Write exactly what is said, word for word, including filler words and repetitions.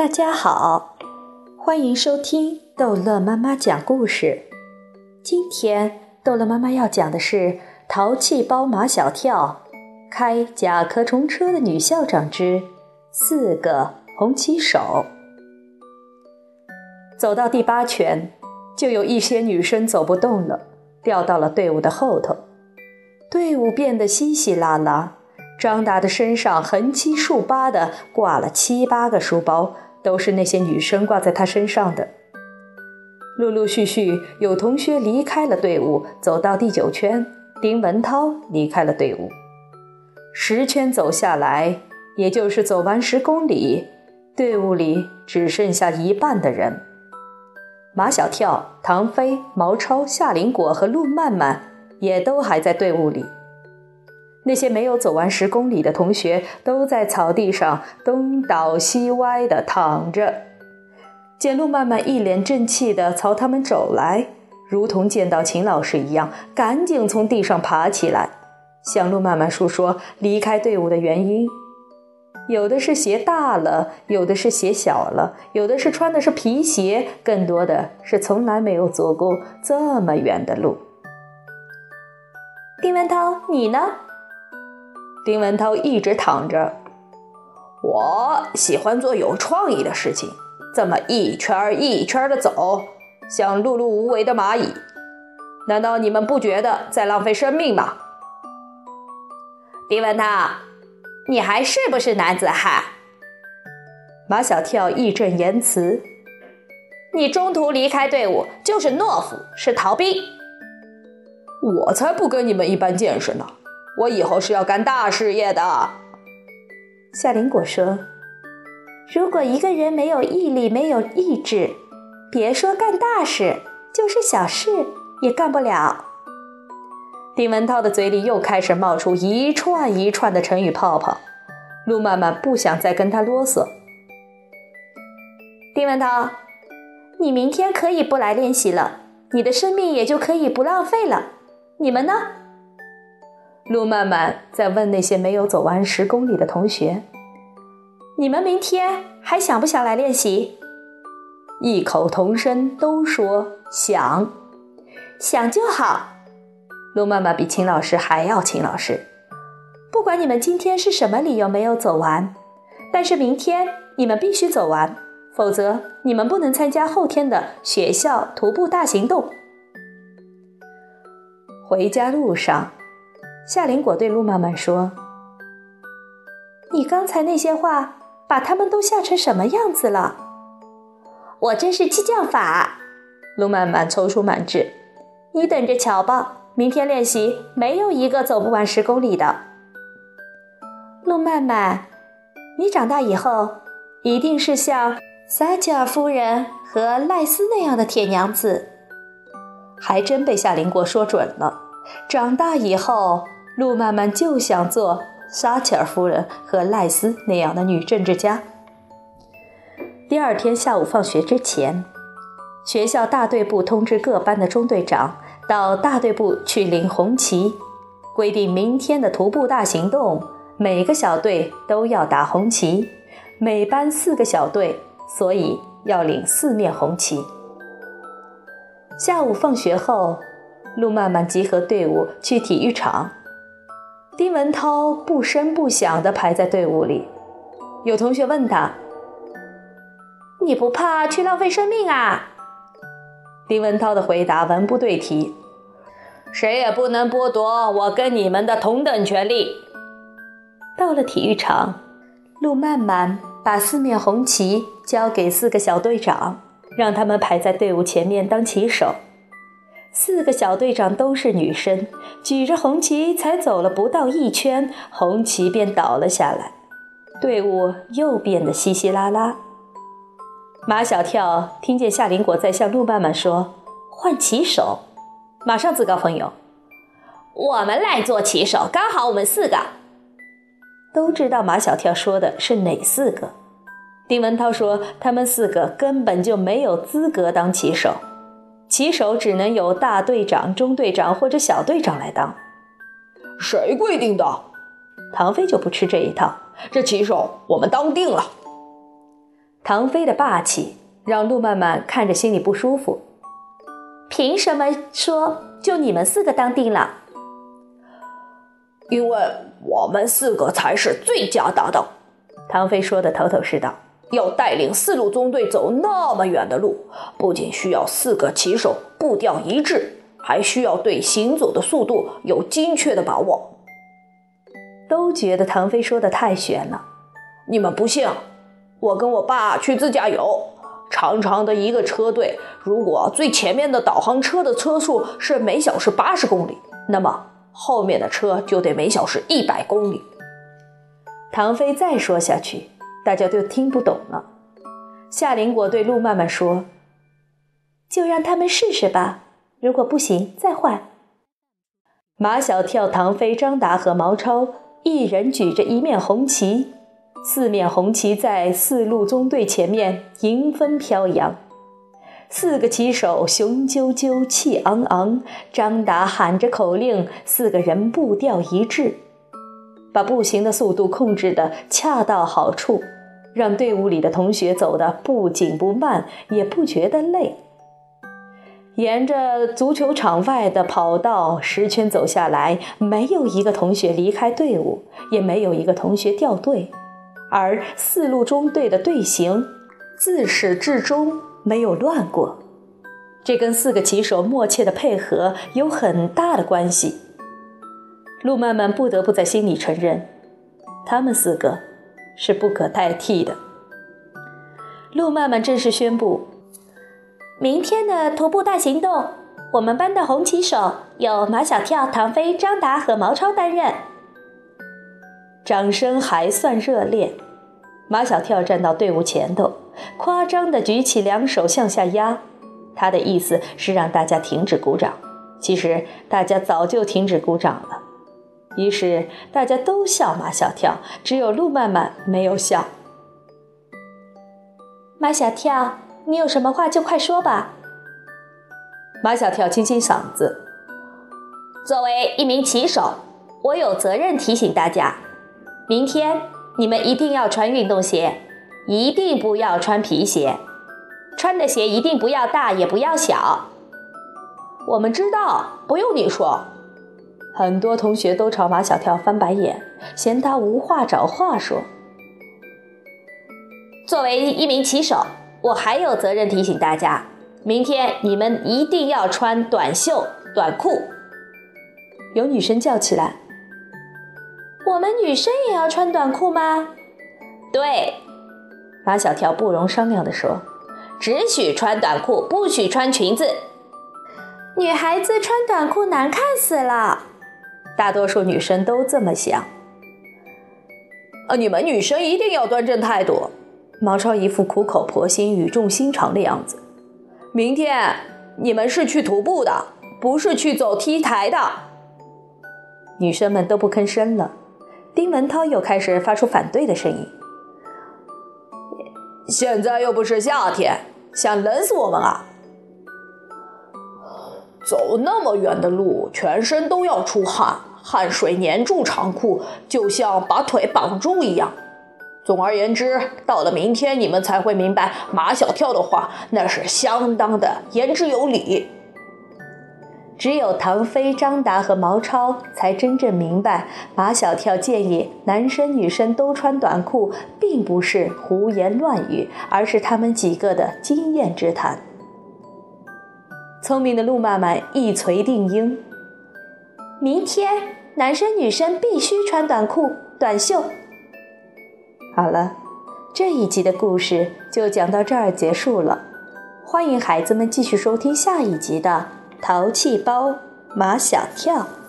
大家好，欢迎收听逗乐妈妈讲故事。今天逗乐妈妈要讲的是淘气包马小跳开甲壳虫车的女校长之四个红旗手。走到第八圈，就有一些女生走不动了，掉到了队伍的后头。队伍变得稀稀拉拉，张达的身上横七竖八的挂了七八个书包，都是那些女生挂在他身上的。陆陆续续有同学离开了队伍，走到第九圈，丁文涛离开了队伍。十圈走下来，也就是走完十公里，队伍里只剩下一半的人。马小跳、唐飞、毛超、夏林果和陆曼曼也都还在队伍里。那些没有走完十公里的同学都在草地上东倒西歪地躺着，见陆曼曼一脸正气地朝他们走来，如同见到秦老师一样，赶紧从地上爬起来，向陆曼曼述说离开队伍的原因。有的是鞋大了，有的是鞋小了，有的是穿的是皮鞋，更多的是从来没有走过这么远的路。丁文涛，你呢？丁文涛一直躺着。我喜欢做有创意的事情，这么一圈一圈的走，像碌碌无为的蚂蚁。难道你们不觉得在浪费生命吗？丁文涛，你还是不是男子汉？马小跳义正言辞。你中途离开队伍就是懦夫，是逃兵。我才不跟你们一般见识呢，我以后是要干大事业的。夏林果说，如果一个人没有毅力，没有意志，别说干大事，就是小事也干不了。丁文涛的嘴里又开始冒出一串一串的成语泡泡，陆曼曼不想再跟他啰嗦。丁文涛，你明天可以不来练习了，你的生命也就可以不浪费了，你们呢？陆曼曼在问那些没有走完十公里的同学，你们明天还想不想来练习？异口同声都说想。想就好。陆曼曼比秦老师还要秦老师。不管你们今天是什么理由没有走完，但是明天你们必须走完，否则你们不能参加后天的学校徒步大行动。回家路上，夏林果对陆曼曼说，你刚才那些话把他们都吓成什么样子了？我这是激将法。陆曼曼踌躇满志，你等着瞧吧，明天练习没有一个走不完十公里的。陆曼曼，你长大以后一定是像撒切尔夫人和赖斯那样的铁娘子。还真被夏林果说准了，长大以后陆曼曼就想做撒切尔夫人和赖斯那样的女政治家。第二天下午放学之前，学校大队部通知各班的中队长到大队部去领红旗，规定明天的徒步大行动每个小队都要打红旗，每班四个小队，所以要领四面红旗。下午放学后，陆曼曼集合队伍去体育场。丁文涛不声不响地排在队伍里。有同学问他，你不怕去浪费生命啊？丁文涛的回答文不对题，谁也不能剥夺我跟你们的同等权利。到了体育场，陆曼曼把四面红旗交给四个小队长，让他们排在队伍前面当旗手。四个小队长都是女生，举着红旗才走了不到一圈，红旗便倒了下来，队伍又变得稀稀拉拉。马小跳听见夏林果在向陆曼曼说换旗手，马上自告奋勇，我们来做旗手，刚好我们四个。都知道马小跳说的是哪四个。丁文涛说他们四个根本就没有资格当旗手，旗手只能由大队长、中队长或者小队长来当。谁规定的？唐飞就不吃这一套，这旗手我们当定了。 唐飞的霸气让陆曼曼看着心里不舒服。凭什么说就你们四个当定了？ 因为我们四个才是最佳搭档。 唐飞说的头头是道， 要带领四路中队走那么远的路，不仅需要四个骑手步调一致，还需要对行走的速度有精确的把握。 都觉得唐飞说的太玄了。 你们不信？我跟我爸去自驾游，长长的一个车队，如果最前面的导航车的车速是每小时八十公里，那么后面的车就得每小时一百公里。 唐飞再说下去，大家都听不懂了。夏林果对陆曼曼说，就让他们试试吧，如果不行再换。马小跳、唐飞、张达和毛超一人举着一面红旗，四面红旗在四路中队前面迎风飘扬。四个骑手雄赳赳气昂昂，张达喊着口令，四个人步调一致，把步行的速度控制得恰到好处，让队伍里的同学走得不紧不慢，也不觉得累。沿着足球场外的跑道十圈走下来，没有一个同学离开队伍，也没有一个同学掉队，而四路中队的队形自始至终没有乱过。这跟四个骑手默契的配合有很大的关系。陆曼曼不得不在心里承认，他们四个是不可代替的。陆曼曼正式宣布，明天的徒步大行动，我们班的红旗手由马小跳、唐飞、张达和毛超担任。掌声还算热烈，马小跳站到队伍前头，夸张地举起两手向下压，他的意思是让大家停止鼓掌。其实大家早就停止鼓掌了。于是大家都笑马小跳，只有陆曼曼没有笑。马小跳，你有什么话就快说吧。马小跳清清嗓子，作为一名骑手，我有责任提醒大家，明天你们一定要穿运动鞋，一定不要穿皮鞋，穿的鞋一定不要大也不要小。 我们知道，不用你说。 很多同学都朝马小跳翻白眼，嫌他无话找话说。作为一名骑手，我还有责任提醒大家，明天你们一定要穿短袖短裤。有女生叫起来，我们女生也要穿短裤吗？对，马小跳不容商量地说，只许穿短裤，不许穿裙子。女孩子穿短裤难看死了，大多数女生都这么想。 呃，你们女生一定要端正态度。 毛超一副苦口婆心语重心长的样子。 明天你们是去徒步的，不是去走 T 台的。 女生们都不吭声了。丁文涛又开始发出反对的声音。 现在又不是夏天，想冷死我们啊！走那么远的路，全身都要出汗，汗水粘住长裤，就像把腿绑住一样。总而言之，到了明天你们才会明白马小跳的话，那是相当的言之有理。 只有唐飞、张达和毛超才真正明白，马小跳建议男生女生都穿短裤，并不是胡言乱语，而是他们几个的经验之谈。聪明的陆曼曼一锤定音，明天男生女生必须穿短裤短袖。好了，这一集的故事就讲到这儿结束了，欢迎孩子们继续收听下一集的淘气包马小跳。